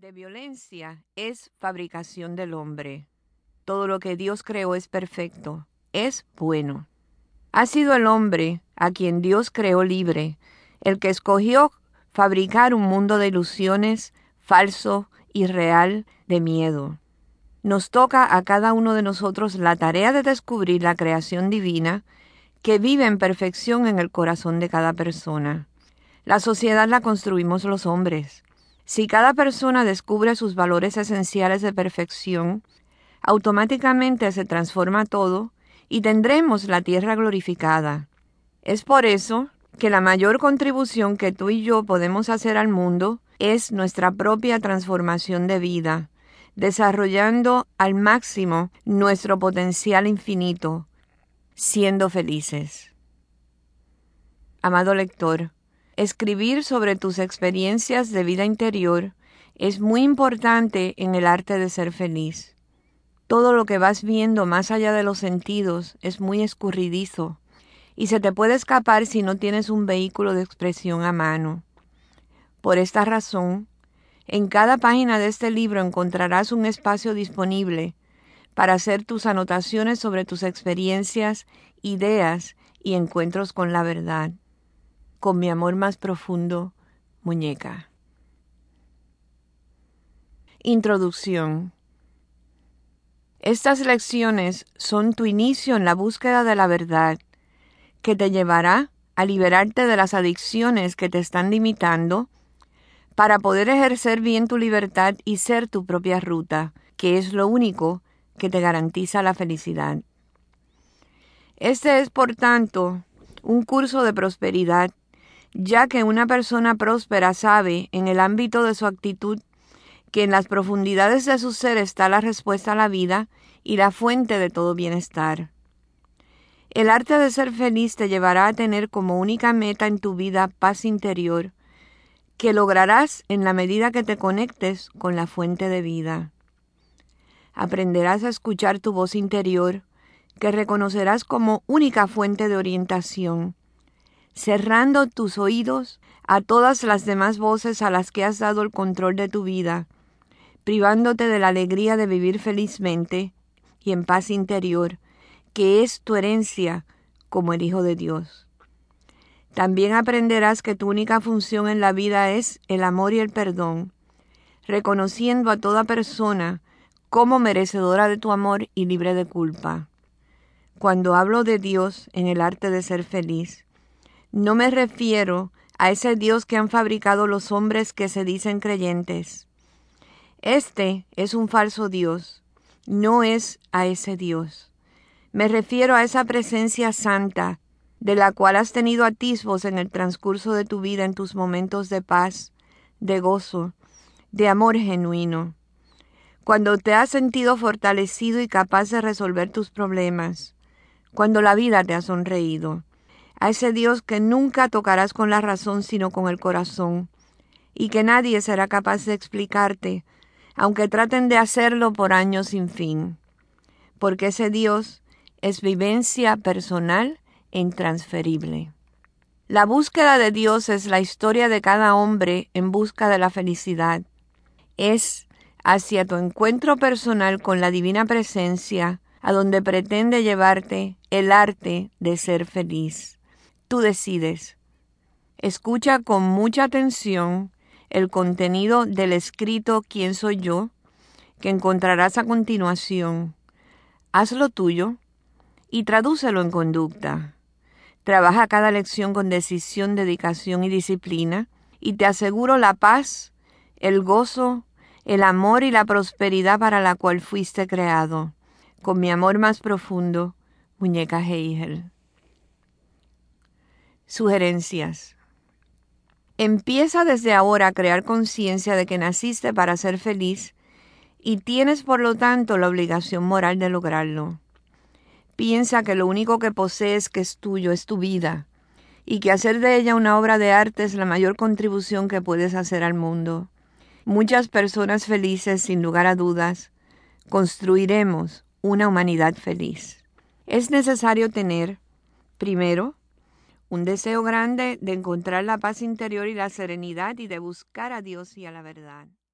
de violencia es fabricación del hombre. Todo lo que Dios creó es perfecto, es bueno. Ha sido el hombre, a quien Dios creó libre, el que escogió fabricar un mundo de ilusiones, falso, irreal, de miedo. Nos toca a cada uno de nosotros la tarea de descubrir la creación divina que vive en perfección en el corazón de cada persona. La sociedad la construimos los hombres. Si cada persona descubre sus valores esenciales de perfección, automáticamente se transforma todo y tendremos la tierra glorificada. Es por eso que la mayor contribución que tú y yo podemos hacer al mundo es nuestra propia transformación de vida, desarrollando al máximo nuestro potencial infinito, siendo felices. Amado lector, escribir sobre tus experiencias de vida interior es muy importante en el arte de ser feliz. Todo lo que vas viendo más allá de los sentidos es muy escurridizo y se te puede escapar si no tienes un vehículo de expresión a mano. Por esta razón, en cada página de este libro encontrarás un espacio disponible para hacer tus anotaciones sobre tus experiencias, ideas y encuentros con la verdad. Con mi amor más profundo, Muñeca. Introducción. Estas lecciones son tu inicio en la búsqueda de la verdad, que te llevará a liberarte de las adicciones que te están limitando para poder ejercer bien tu libertad y ser tu propia ruta, que es lo único que te garantiza la felicidad. Este es, por tanto, un curso de prosperidad, ya que una persona próspera sabe, en el ámbito de su actitud, que en las profundidades de su ser está la respuesta a la vida y la fuente de todo bienestar. El arte de ser feliz te llevará a tener como única meta en tu vida paz interior, que lograrás en la medida que te conectes con la fuente de vida. Aprenderás a escuchar tu voz interior, que reconocerás como única fuente de orientación, cerrando tus oídos a todas las demás voces a las que has dado el control de tu vida, privándote de la alegría de vivir felizmente y en paz interior, que es tu herencia como el Hijo de Dios. También aprenderás que tu única función en la vida es el amor y el perdón, reconociendo a toda persona como merecedora de tu amor y libre de culpa. Cuando hablo de Dios en el arte de ser feliz, no me refiero a ese Dios que han fabricado los hombres que se dicen creyentes. Este es un falso Dios, no es a ese Dios. Me refiero a esa presencia santa, de la cual has tenido atisbos en el transcurso de tu vida en tus momentos de paz, de gozo, de amor genuino. Cuando te has sentido fortalecido y capaz de resolver tus problemas, cuando la vida te ha sonreído, a ese Dios que nunca tocarás con la razón sino con el corazón, y que nadie será capaz de explicarte, aunque traten de hacerlo por años sin fin, porque ese Dios es vivencia personal e intransferible. La búsqueda de Dios es la historia de cada hombre en busca de la felicidad. Es hacia tu encuentro personal con la divina presencia a donde pretende llevarte el arte de ser feliz. Tú decides. Escucha con mucha atención el contenido del escrito ¿Quién soy yo?, que encontrarás a continuación. Hazlo tuyo y tradúcelo en conducta. Trabaja cada lección con decisión, dedicación y disciplina, y te aseguro la paz, el gozo, el amor y la prosperidad para la cual fuiste creado. Con mi amor más profundo, Muñeca Heigl. Sugerencias. Empieza desde ahora a crear conciencia de que naciste para ser feliz y tienes por lo tanto la obligación moral de lograrlo. Piensa que lo único que posees que es tuyo es tu vida y que hacer de ella una obra de arte es la mayor contribución que puedes hacer al mundo. Muchas personas felices, sin lugar a dudas, construiremos una humanidad feliz. Es necesario tener, primero, un deseo grande de encontrar la paz interior y la serenidad y de buscar a Dios y a la verdad.